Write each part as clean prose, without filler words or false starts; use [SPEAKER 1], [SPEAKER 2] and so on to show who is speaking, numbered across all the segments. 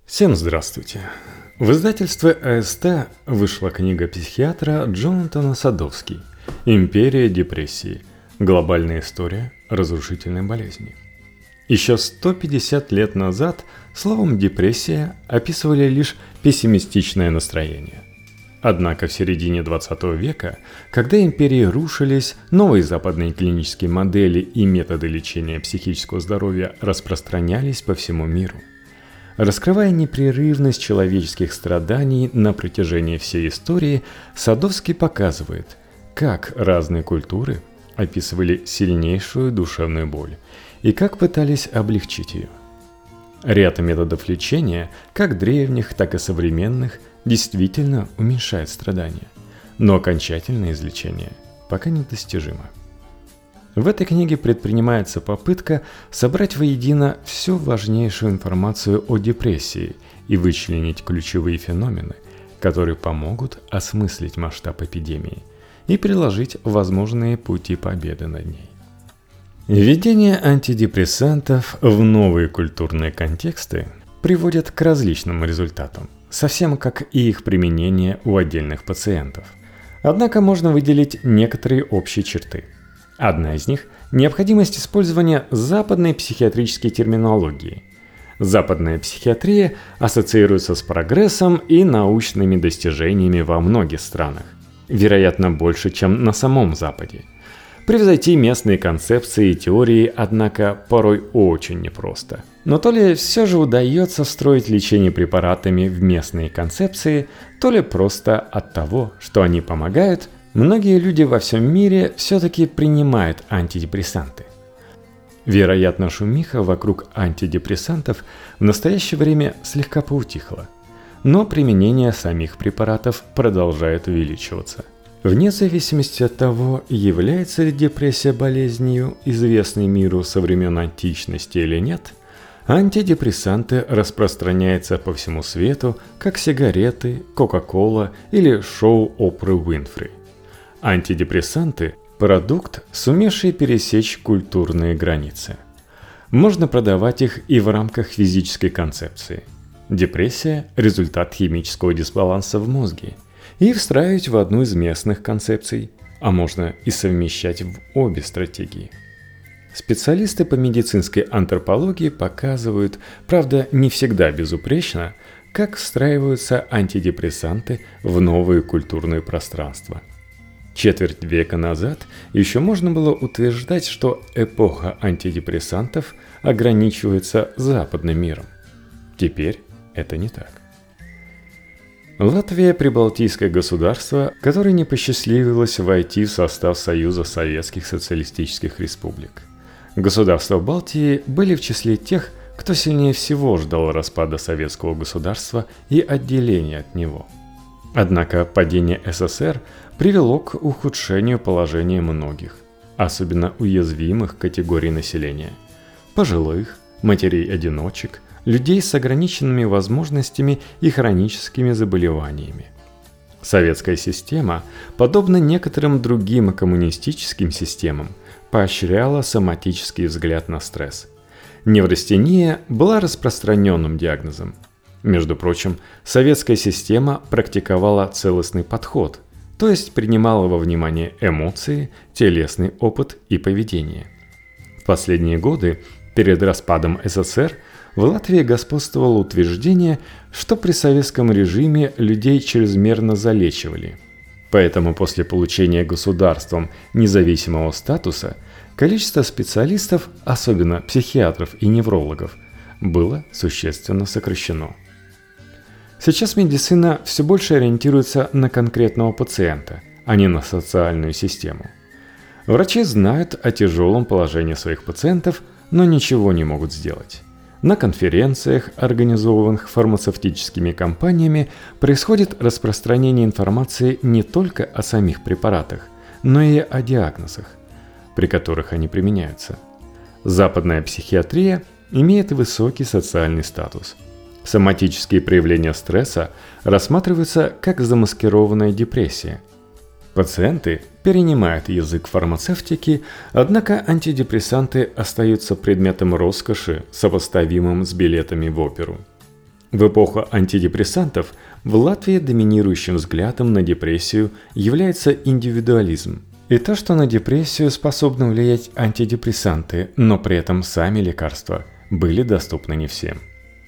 [SPEAKER 1] Всем здравствуйте! В издательстве АСТ вышла книга психиатра Джонатана Садовски «Империя депрессии. Глобальная история разрушительной болезни». Еще 150 лет назад словом «депрессия» описывали лишь пессимистичное настроение. Однако в середине 20 века, когда империи рушились, новые западные клинические модели и методы лечения психического здоровья распространялись по всему миру. Раскрывая непрерывность человеческих страданий на протяжении всей истории, Садовский показывает, как разные культуры описывали сильнейшую душевную боль и как пытались облегчить ее. Ряд методов лечения, как древних, так и современных, действительно уменьшает страдания, но окончательное излечение пока недостижимо. В этой книге предпринимается попытка собрать воедино всю важнейшую информацию о депрессии и вычленить ключевые феномены, которые помогут осмыслить масштаб эпидемии и приложить возможные пути победы над ней. Введение антидепрессантов в новые культурные контексты приводит к различным результатам, совсем как и их применение у отдельных пациентов. Однако можно выделить некоторые общие черты. Одна из них – необходимость использования западной психиатрической терминологии. Западная психиатрия ассоциируется с прогрессом и научными достижениями во многих странах, вероятно, больше, чем на самом Западе. Превзойти местные концепции и теории, однако, порой очень непросто. Но то ли все же удается встроить лечение препаратами в местные концепции, то ли просто от того, что они помогают, многие люди во всем мире все-таки принимают антидепрессанты. Вероятно, шумиха вокруг антидепрессантов в настоящее время слегка поутихла, но применение самих препаратов продолжает увеличиваться. Вне зависимости от того, является ли депрессия болезнью, известной миру со времен античности или нет, антидепрессанты распространяются по всему свету, как сигареты, Кока-Кола или шоу Опры Уинфри. Антидепрессанты – продукт, сумевший пересечь культурные границы. Можно продавать их и в рамках физической концепции. Депрессия – результат химического дисбаланса в мозге. И встраивать в одну из местных концепций, а можно и совмещать в обе стратегии. Специалисты по медицинской антропологии показывают, правда не всегда безупречно, как встраиваются антидепрессанты в новые культурные пространства. Четверть века назад еще можно было утверждать, что эпоха антидепрессантов ограничивается западным миром. Теперь это не так. Латвия – прибалтийское государство, которое не посчастливилось войти в состав Союза Советских Социалистических Республик. Государства Балтии были в числе тех, кто сильнее всего ждал распада советского государства и отделения от него. Однако падение СССР привело к ухудшению положения многих, особенно уязвимых категорий населения – пожилых, матерей-одиночек, людей с ограниченными возможностями и хроническими заболеваниями. Советская система, подобно некоторым другим коммунистическим системам, поощряла соматический взгляд на стресс. Неврастения была распространенным диагнозом. Между прочим, советская система практиковала целостный подход, то есть принимала во внимание эмоции, телесный опыт и поведение. В последние годы, перед распадом СССР, в Латвии господствовало утверждение, что при советском режиме людей чрезмерно залечивали. Поэтому после получения государством независимого статуса количество специалистов, особенно психиатров и неврологов, было существенно сокращено. Сейчас медицина все больше ориентируется на конкретного пациента, а не на социальную систему. Врачи знают о тяжелом положении своих пациентов, но ничего не могут сделать. На конференциях, организованных фармацевтическими компаниями, происходит распространение информации не только о самих препаратах, но и о диагнозах, при которых они применяются. Западная психиатрия имеет высокий социальный статус. Соматические проявления стресса рассматриваются как замаскированная депрессия. Пациенты перенимают язык фармацевтики, однако антидепрессанты остаются предметом роскоши, сопоставимым с билетами в оперу. В эпоху антидепрессантов в Латвии доминирующим взглядом на депрессию является индивидуализм. И то, что на депрессию способны влиять антидепрессанты, но при этом сами лекарства были доступны не всем.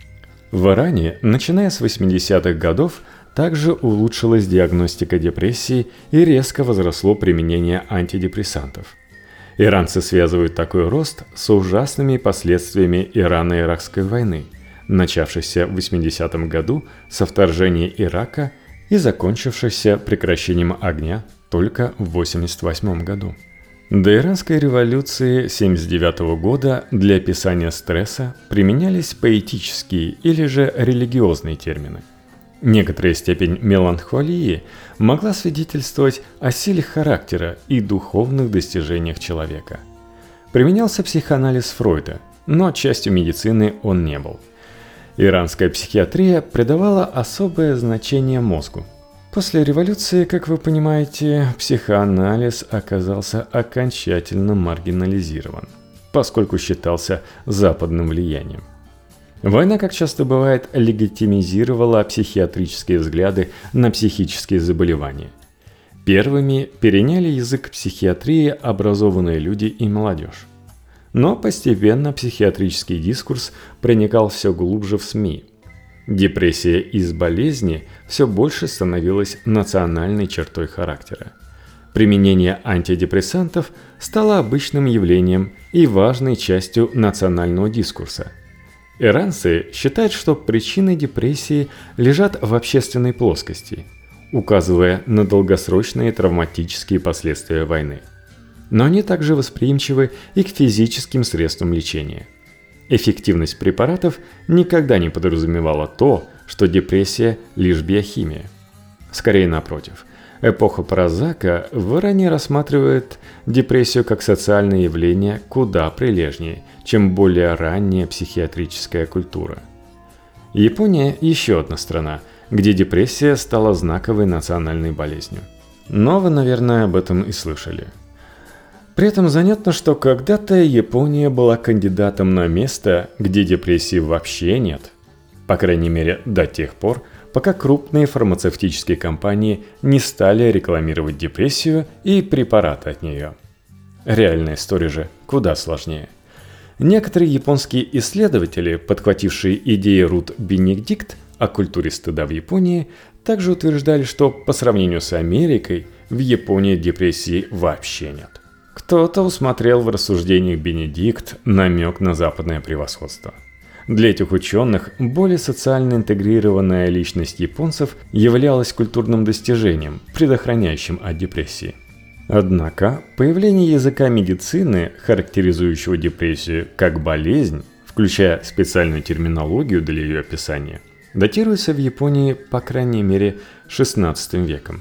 [SPEAKER 1] В Иране, начиная с 80-х годов, также улучшилась диагностика депрессии и резко возросло применение антидепрессантов. Иранцы связывают такой рост с ужасными последствиями Ирано-Иракской войны, начавшейся в 80-м году со вторжения Ирака и закончившейся прекращением огня только в 88 году. До Иранской революции 1979 года для описания стресса применялись поэтические или же религиозные термины. Некоторая степень меланхолии могла свидетельствовать о силе характера и духовных достижениях человека. Применялся психоанализ Фройда, но частью медицины он не был. Иранская психиатрия придавала особое значение мозгу. После революции, как вы понимаете, психоанализ оказался окончательно маргинализирован, поскольку считался западным влиянием. Война, как часто бывает, легитимизировала психиатрические взгляды на психические заболевания. Первыми переняли язык психиатрии образованные люди и молодежь. Но постепенно психиатрический дискурс проникал все глубже в СМИ. Депрессия из болезни все больше становилась национальной чертой характера. Применение антидепрессантов стало обычным явлением и важной частью национального дискурса. Иранцы считают, что причины депрессии лежат в общественной плоскости, указывая на долгосрочные травматические последствия войны. Но они также восприимчивы и к физическим средствам лечения. Эффективность препаратов никогда не подразумевала то, что депрессия – лишь биохимия. Скорее напротив, эпоха Прозака в Иране рассматривает депрессию как социальное явление куда прилежнее, чем более ранняя психиатрическая культура. Япония – еще одна страна, где депрессия стала знаковой национальной болезнью. Но вы, наверное, об этом и слышали. При этом занятно, что когда-то Япония была кандидатом на место, где депрессии вообще нет. По крайней мере, до тех пор, пока крупные фармацевтические компании не стали рекламировать депрессию и препараты от нее. Реальная история же куда сложнее. Некоторые японские исследователи, подхватившие идеи Рут Бенедикт о культуре стыда в Японии, также утверждали, что по сравнению с Америкой в Японии депрессии вообще нет. Кто-то усмотрел в рассуждениях Бенедикт намек на западное превосходство. Для этих ученых более социально интегрированная личность японцев являлась культурным достижением, предохраняющим от депрессии. Однако появление языка медицины, характеризующего депрессию как болезнь, включая специальную терминологию для ее описания, датируется в Японии по крайней мере XVI веком.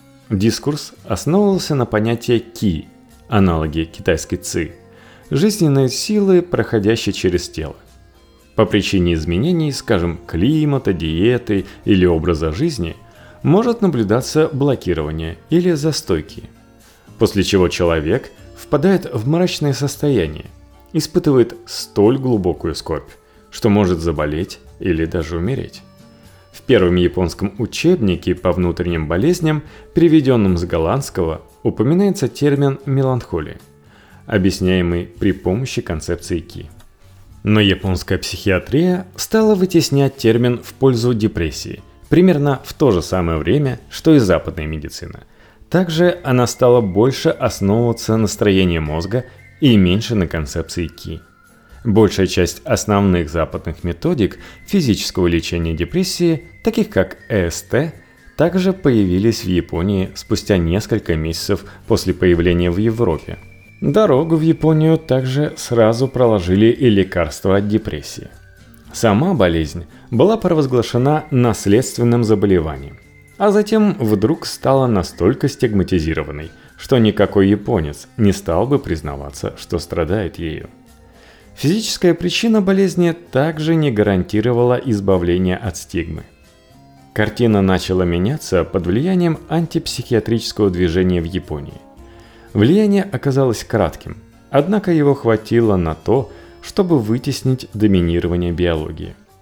[SPEAKER 1] Дискурс основывался на понятии ки, аналоги китайской ци, жизненной силы, проходящей через тело. По причине изменений, скажем, климата, диеты или образа жизни, может наблюдаться блокирование или застойки, после чего человек впадает в мрачное состояние, испытывает столь глубокую скорбь, что может заболеть или даже умереть. В первом японском учебнике по внутренним болезням, переведенном с голландского, упоминается термин «меланхолия», объясняемый при помощи концепции ки. Но японская психиатрия стала вытеснять термин в пользу депрессии, примерно в то же самое время, что и западная медицина. Также она стала больше основываться на строении мозга и меньше на концепции ки. Большая часть основных западных методик физического лечения депрессии, таких как ЭСТ, также появились в Японии спустя несколько месяцев после появления в Европе. Дорогу в Японию также сразу проложили и лекарства от депрессии. Сама болезнь была провозглашена наследственным заболеванием, а затем вдруг стала настолько стигматизированной, что никакой японец не стал бы признаваться, что страдает ею. Физическая причина болезни также не гарантировала избавления от стигмы. Картина начала меняться под влиянием антипсихиатрического движения в Японии. Влияние оказалось кратким, однако его хватило на то, чтобы вытеснить доминирование биологии.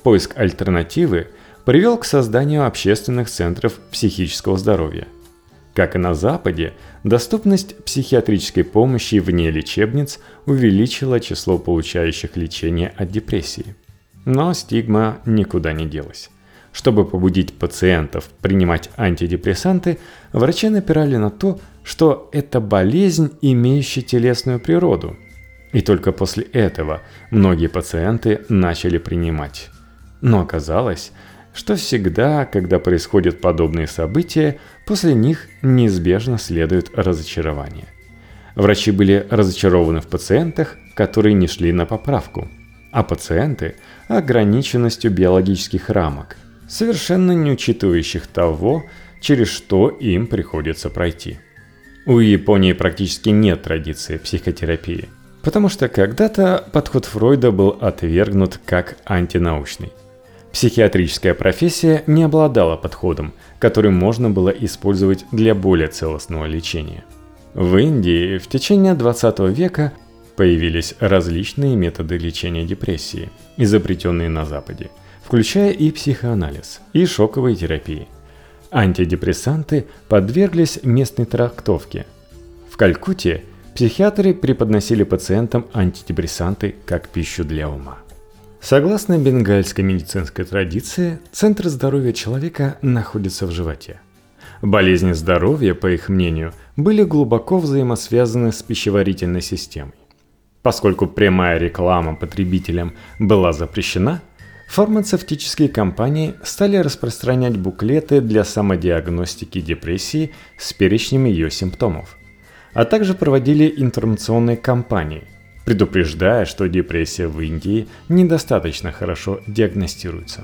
[SPEAKER 1] поиск альтернативы привел к созданию общественных центров психического здоровья. Как и на Западе, доступность психиатрической помощи вне лечебниц увеличила число получающих лечение от депрессии. Но стигма никуда не делась. Чтобы побудить пациентов принимать антидепрессанты, врачи напирали на то, что это болезнь, имеющая телесную природу. И только после этого многие пациенты начали принимать. Но оказалось, что всегда, когда происходят подобные события, после них неизбежно следует разочарование. Врачи были разочарованы в пациентах, которые не шли на поправку, а пациенты – ограниченностью биологических рамок, совершенно не учитывающих того, через что им приходится пройти. У Японии практически нет традиции психотерапии, потому что когда-то подход Фройда был отвергнут как антинаучный. Психиатрическая профессия не обладала подходом, который можно было использовать для более целостного лечения. В Индии в течение 20 века появились различные методы лечения депрессии, изобретенные на Западе, включая и психоанализ, и шоковые терапии. Антидепрессанты подверглись местной трактовке. В Калькутте психиатры преподносили пациентам антидепрессанты как пищу для ума. Согласно бенгальской медицинской традиции, центр здоровья человека находится в животе. Болезни здоровья, по их мнению, были глубоко взаимосвязаны с пищеварительной системой. Поскольку прямая реклама потребителям была запрещена, фармацевтические компании стали распространять буклеты для самодиагностики депрессии с перечнем ее симптомов, а также проводили информационные кампании, предупреждая, что депрессия в Индии недостаточно хорошо диагностируется.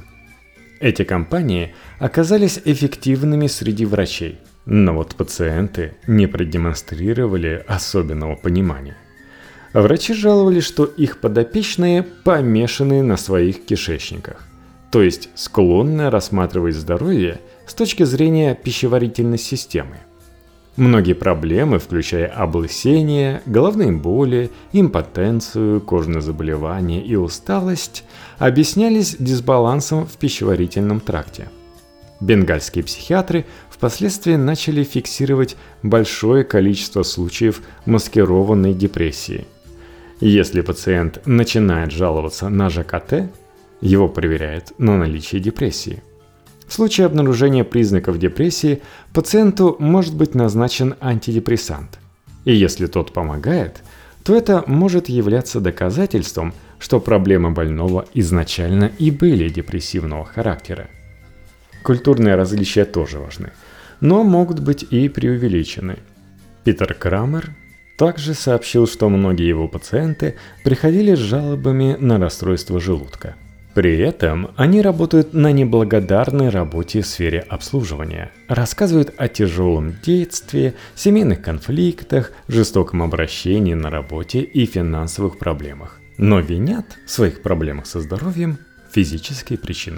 [SPEAKER 1] Эти кампании оказались эффективными среди врачей, но вот пациенты не продемонстрировали особенного понимания. Врачи жаловались, что их подопечные помешаны на своих кишечниках, то есть склонны рассматривать здоровье с точки зрения пищеварительной системы. Многие проблемы, включая облысение, головные боли, импотенцию, кожные заболевания и усталость, объяснялись дисбалансом в пищеварительном тракте. Бенгальские психиатры впоследствии начали фиксировать большое количество случаев маскированной депрессии. Если пациент начинает жаловаться на ЖКТ, его проверяют на наличие депрессии. В случае обнаружения признаков депрессии пациенту может быть назначен антидепрессант. И если тот помогает, то это может являться доказательством, что проблемы больного изначально и были депрессивного характера. Культурные различия тоже важны, но могут быть и преувеличены. Питер Крамер также сообщил, что многие его пациенты приходили с жалобами на расстройство желудка. При этом они работают на неблагодарной работе в сфере обслуживания, рассказывают о тяжелом детстве, семейных конфликтах, жестоком обращении на работе и финансовых проблемах, но винят в своих проблемах со здоровьем физические причины.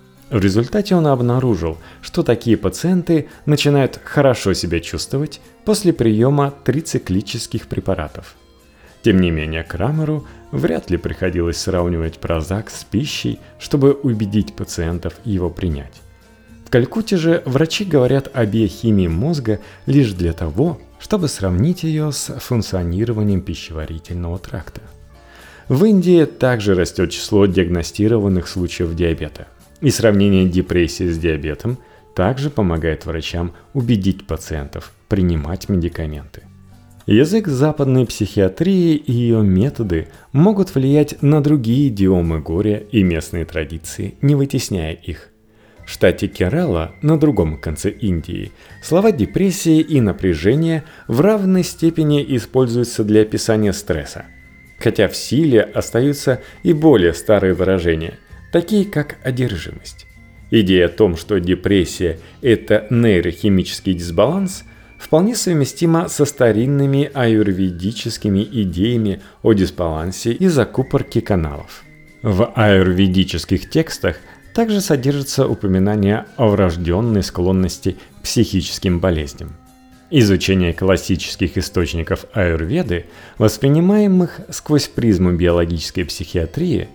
[SPEAKER 1] В результате он обнаружил, что такие пациенты начинают хорошо себя чувствовать после приема трициклических препаратов. Тем не менее, Крамеру вряд ли приходилось сравнивать Прозак с пищей, чтобы убедить пациентов его принять. В Калькутте же врачи говорят о биохимии мозга лишь для того, чтобы сравнить ее с функционированием пищеварительного тракта. В Индии также растет число диагностированных случаев диабета, и сравнение депрессии с диабетом также помогает врачам убедить пациентов принимать медикаменты. Язык западной психиатрии и ее методы могут влиять на другие идиомы горя и местные традиции, не вытесняя их. В штате Керала, на другом конце Индии, слова депрессия и напряжение в равной степени используются для описания стресса, хотя в силе остаются и более старые выражения, такие как одержимость. Идея о том, что депрессия – это нейрохимический дисбаланс, вполне совместима со старинными аюрведическими идеями о дисбалансе и закупорке каналов. В аюрведических текстах также содержится упоминание о врожденной склонности к психическим болезням. Изучение классических источников аюрведы, воспринимаемых сквозь призму биологической психиатрии,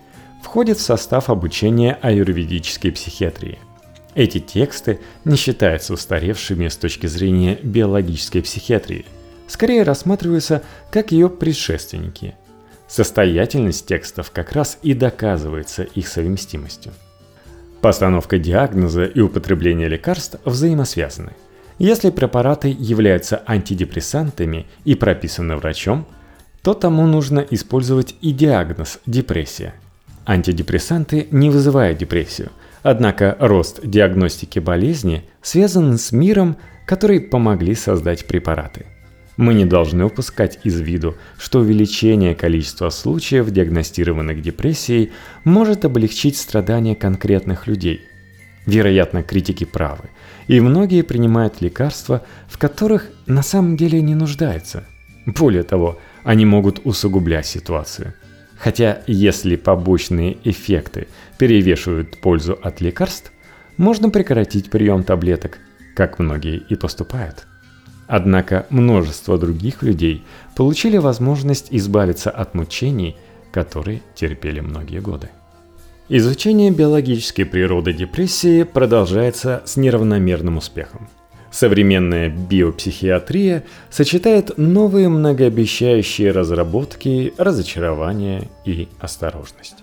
[SPEAKER 1] входит в состав обучения аюрведической психиатрии. Эти тексты не считаются устаревшими с точки зрения биологической психиатрии, скорее рассматриваются как ее предшественники. Состоятельность текстов как раз и доказывается их совместимостью. Постановка диагноза и употребление лекарств взаимосвязаны. Если препараты являются антидепрессантами и прописаны врачом, то тому нужно использовать и диагноз депрессия. Антидепрессанты не вызывают депрессию, однако рост диагностики болезни связан с миром, который помогли создать препараты. Мы не должны упускать из виду, что увеличение количества случаев, диагностированных депрессией, может облегчить страдания конкретных людей. Вероятно, критики правы, и многие принимают лекарства, в которых на самом деле не нуждаются. Более того, они могут усугублять ситуацию. Хотя, если побочные эффекты перевешивают пользу от лекарств, можно прекратить прием таблеток, как многие и поступают. Однако множество других людей получили возможность избавиться от мучений, которые терпели многие годы. Изучение биологической природы депрессии продолжается с неравномерным успехом. Современная биопсихиатрия сочетает новые многообещающие разработки, разочарование и осторожность.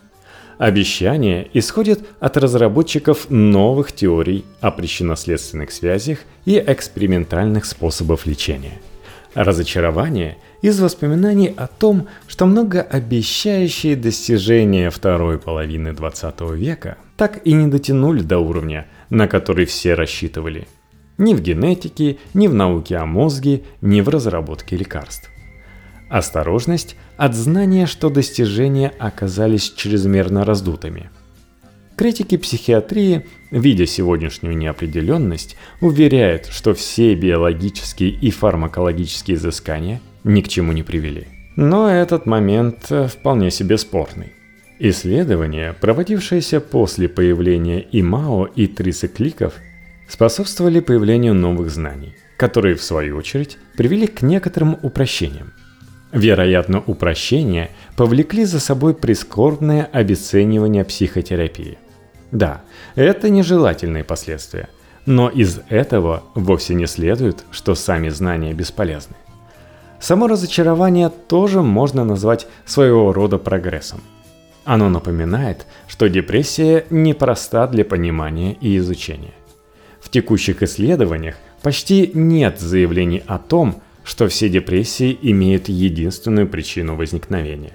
[SPEAKER 1] Обещания исходят от разработчиков новых теорий о причинно-следственных связях и экспериментальных способов лечения. Разочарование из воспоминаний о том, что многообещающие достижения второй половины XX века так и не дотянули до уровня, на который все рассчитывали. Ни в генетике, ни в науке о мозге, ни в разработке лекарств. Осторожность от знания, что достижения оказались чрезмерно раздутыми. Критики психиатрии, видя сегодняшнюю неопределенность, уверяют, что все биологические и фармакологические изыскания ни к чему не привели. Но этот момент вполне себе спорный. Исследования, проводившиеся после появления ИМАО и трицикликов, способствовали появлению новых знаний, которые, в свою очередь, привели к некоторым упрощениям. Вероятно, упрощения повлекли за собой прискорбное обесценивание психотерапии. Да, это нежелательные последствия, но из этого вовсе не следует, что сами знания бесполезны. Само разочарование тоже можно назвать своего рода прогрессом. Оно напоминает, что депрессия непроста для понимания и изучения. В текущих исследованиях почти нет заявлений о том, что все депрессии имеют единственную причину возникновения.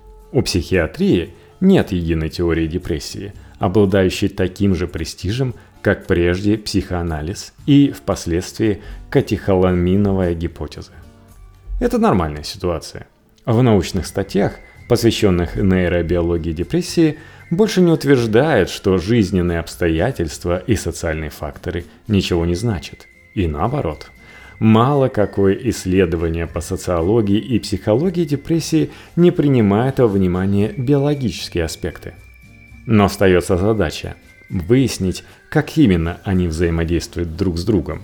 [SPEAKER 1] У психиатрии нет единой теории депрессии, обладающей таким же престижем, как прежде психоанализ и впоследствии катехоламиновая гипотеза. Это нормальная ситуация. В научных статьях, посвященных нейробиологии депрессии, больше не утверждают, что жизненные обстоятельства и социальные факторы ничего не значат. И наоборот. Мало какое исследование по социологии и психологии депрессии не принимает во внимание биологические аспекты. Но остается задача – выяснить, как именно они взаимодействуют друг с другом.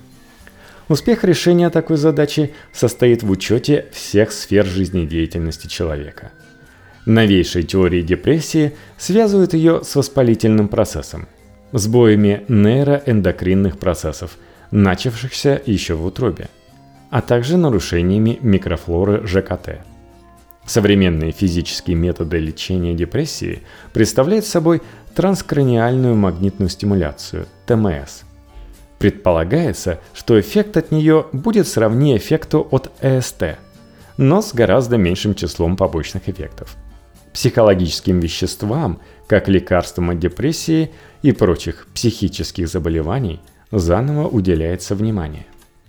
[SPEAKER 1] Успех решения такой задачи состоит в учете всех сфер жизнедеятельности человека. Новейшие теории депрессии связывают ее с воспалительным процессом, сбоями нейроэндокринных процессов, начавшихся еще в утробе, а также нарушениями микрофлоры ЖКТ. Современные физические методы лечения депрессии представляют собой транскраниальную магнитную стимуляцию, ТМС. Предполагается, что эффект от нее будет сравнить эффекту от ЭСТ, но с гораздо меньшим числом побочных эффектов. Психологическим веществам, как лекарствам от депрессии и прочих психических заболеваний, заново уделяется внимание.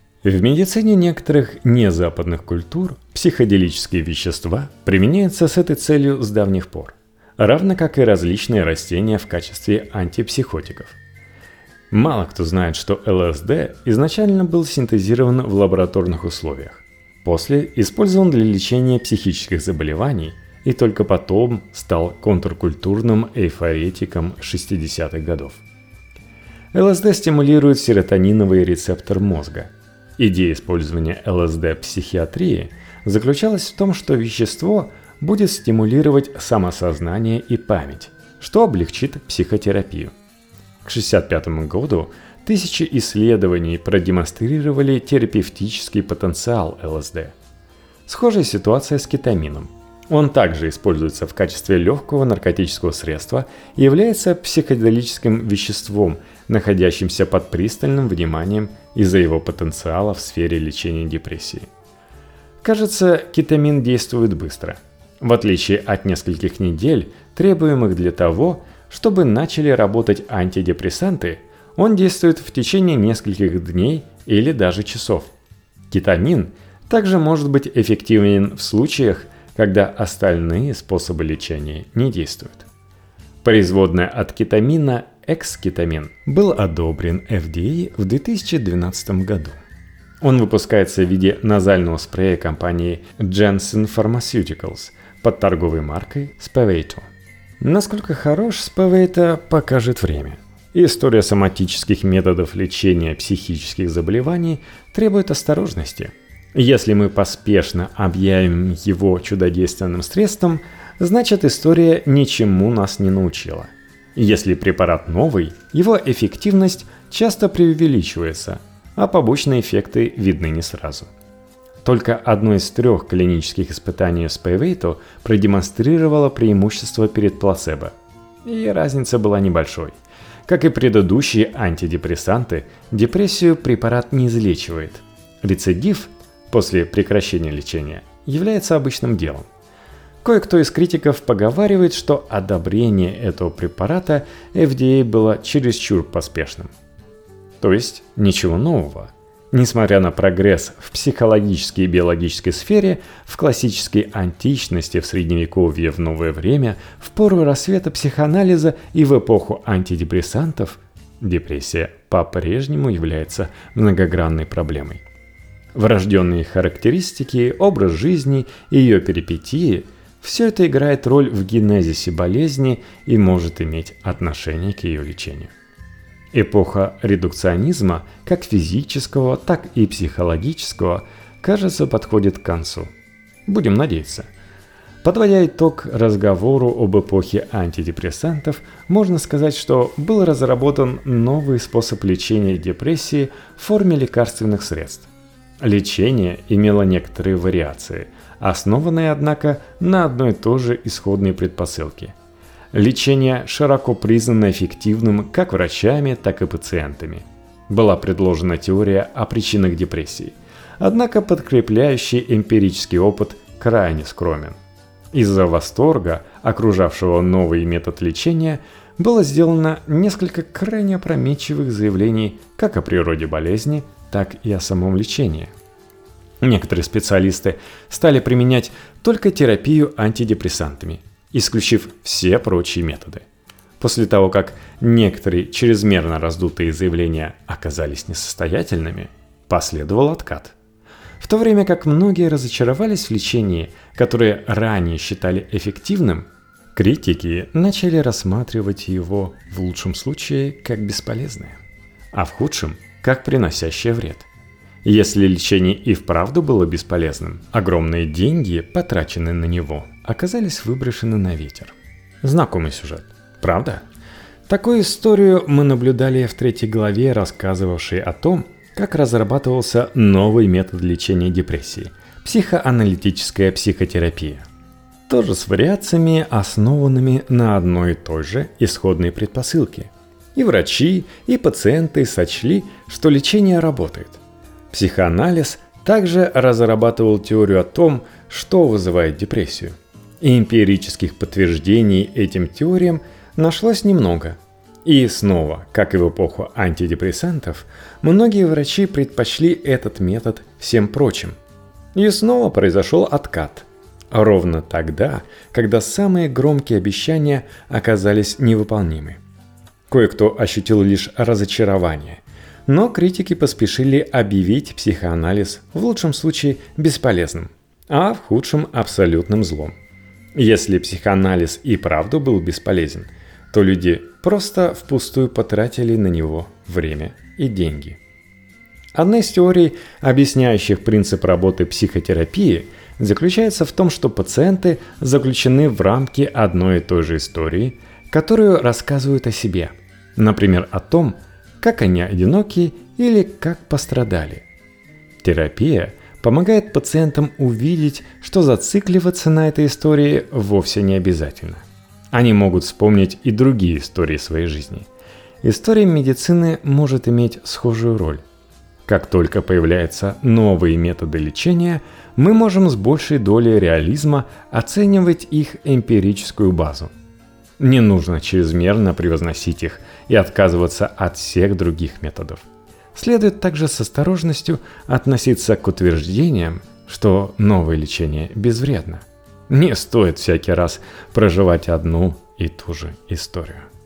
[SPEAKER 1] В медицине некоторых незападных культур психоделические вещества применяются с этой целью с давних пор, равно как и различные растения в качестве антипсихотиков. Мало кто знает, что ЛСД изначально был синтезирован в лабораторных условиях, после использован для лечения психических заболеваний и только потом стал контркультурным эйфоретиком 60-х годов. ЛСД стимулирует серотониновый рецептор мозга. Идея использования ЛСД в психиатрии заключалась в том, что вещество будет стимулировать самосознание и память, что облегчит психотерапию. К 1965 году тысячи исследований продемонстрировали терапевтический потенциал ЛСД. Схожая ситуация с кетамином. Он также используется в качестве легкого наркотического средства и является психоделическим веществом, находящимся под пристальным вниманием из-за его потенциала в сфере лечения депрессии. Кажется, кетамин действует быстро, в отличие от нескольких недель, требуемых для того, чтобы начали работать антидепрессанты. Он действует в течение нескольких дней или даже часов. Кетамин также может быть эффективен в случаях, когда остальные способы лечения не действуют. Производная от кетамина экскетамин был одобрен FDA в 2012 году. Он выпускается в виде назального спрея компании Janssen Pharmaceuticals под торговой маркой Spravato. Насколько хорош Spravato, покажет время. История соматических методов лечения психических заболеваний требует осторожности. Если мы поспешно объявим его чудодейственным средством, значит история ничему нас не научила. Если препарат новый, его эффективность часто преувеличивается, а побочные эффекты видны не сразу. Только одно из 3 клинических испытаний Spravato продемонстрировало преимущество перед плацебо, и разница была небольшой. Как и предыдущие антидепрессанты, депрессию препарат не излечивает. Рецидив после прекращения лечения является обычным делом. Кое-кто из критиков поговаривает, что одобрение этого препарата FDA было чересчур поспешным. То есть ничего нового. Несмотря на прогресс в психологической и биологической сфере, в классической античности, в средневековье, в новое время, в пору рассвета психоанализа и в эпоху антидепрессантов, депрессия по-прежнему является многогранной проблемой. Врожденные характеристики, образ жизни и ее перипетии – все это играет роль в генезисе болезни и может иметь отношение к ее лечению. Эпоха редукционизма, как физического, так и психологического, кажется, подходит к концу. Будем надеяться. Подводя итог разговору об эпохе антидепрессантов, можно сказать, что был разработан новый способ лечения депрессии в форме лекарственных средств. Лечение имело некоторые вариации, основанные, однако, на одной и той же исходной предпосылке. Лечение широко признано эффективным как врачами, так и пациентами. Была предложена теория о причинах депрессии, однако подкрепляющий эмпирический опыт крайне скромен. Из-за восторга, окружавшего новый метод лечения, было сделано несколько крайне опрометчивых заявлений как о природе болезни, так и о самом лечении. Некоторые специалисты стали применять только терапию антидепрессантами, исключив все прочие методы. После того, как некоторые чрезмерно раздутые заявления оказались несостоятельными, последовал откат. В то время как многие разочаровались в лечении, которое ранее считали эффективным, критики начали рассматривать его в лучшем случае как бесполезное, а в худшем – как приносящее вред. Если лечение и вправду было бесполезным, огромные деньги, потраченные на него, оказались выброшены на ветер. Знакомый сюжет, правда? Такую историю мы наблюдали в 3 главе, рассказывавшей о том, как разрабатывался новый метод лечения депрессии – психоаналитическая психотерапия. Тоже с вариациями, основанными на одной и той же исходной предпосылке. И врачи, и пациенты сочли, что лечение работает. Психоанализ также разрабатывал теорию о том, что вызывает депрессию. И эмпирических подтверждений этим теориям нашлось немного. И снова, как и в эпоху антидепрессантов, многие врачи предпочли этот метод всем прочим. И снова произошел откат. Ровно тогда, когда самые громкие обещания оказались невыполнимы. Кое-кто ощутил лишь разочарование, но критики поспешили объявить психоанализ в лучшем случае бесполезным, а в худшем абсолютным злом. Если психоанализ и правду был бесполезен, то люди просто впустую потратили на него время и деньги. Одна из теорий, объясняющих принцип работы психотерапии, заключается в том, что пациенты заключены в рамки одной и той же истории, которую рассказывают о себе. Например, о том, как они одиноки или как пострадали. Терапия помогает пациентам увидеть, что зацикливаться на этой истории вовсе не обязательно. Они могут вспомнить и другие истории своей жизни. История медицины может иметь схожую роль. Как только появляются новые методы лечения, мы можем с большей долей реализма оценивать их эмпирическую базу. Не нужно чрезмерно превозносить их и отказываться от всех других методов. Следует также с осторожностью относиться к утверждениям, что новое лечение безвредно. Не стоит всякий раз проживать одну и ту же историю.